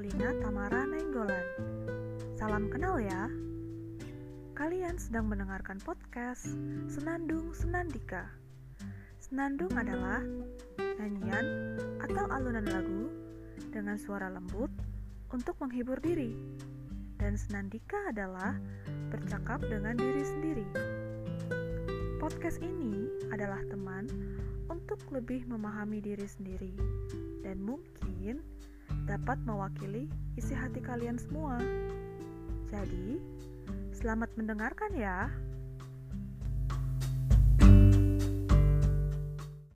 Elina Tamara Nainggolan. Salam kenal ya. Kalian sedang mendengarkan podcast Senandung Senandika. Senandung adalah nyanyian atau alunan lagu dengan suara lembut untuk menghibur diri. Dan senandika adalah bercakap dengan diri sendiri. Podcast ini adalah teman untuk lebih memahami diri sendiri dan mungkin dapat mewakili isi hati kalian semua. Jadi, selamat mendengarkan ya.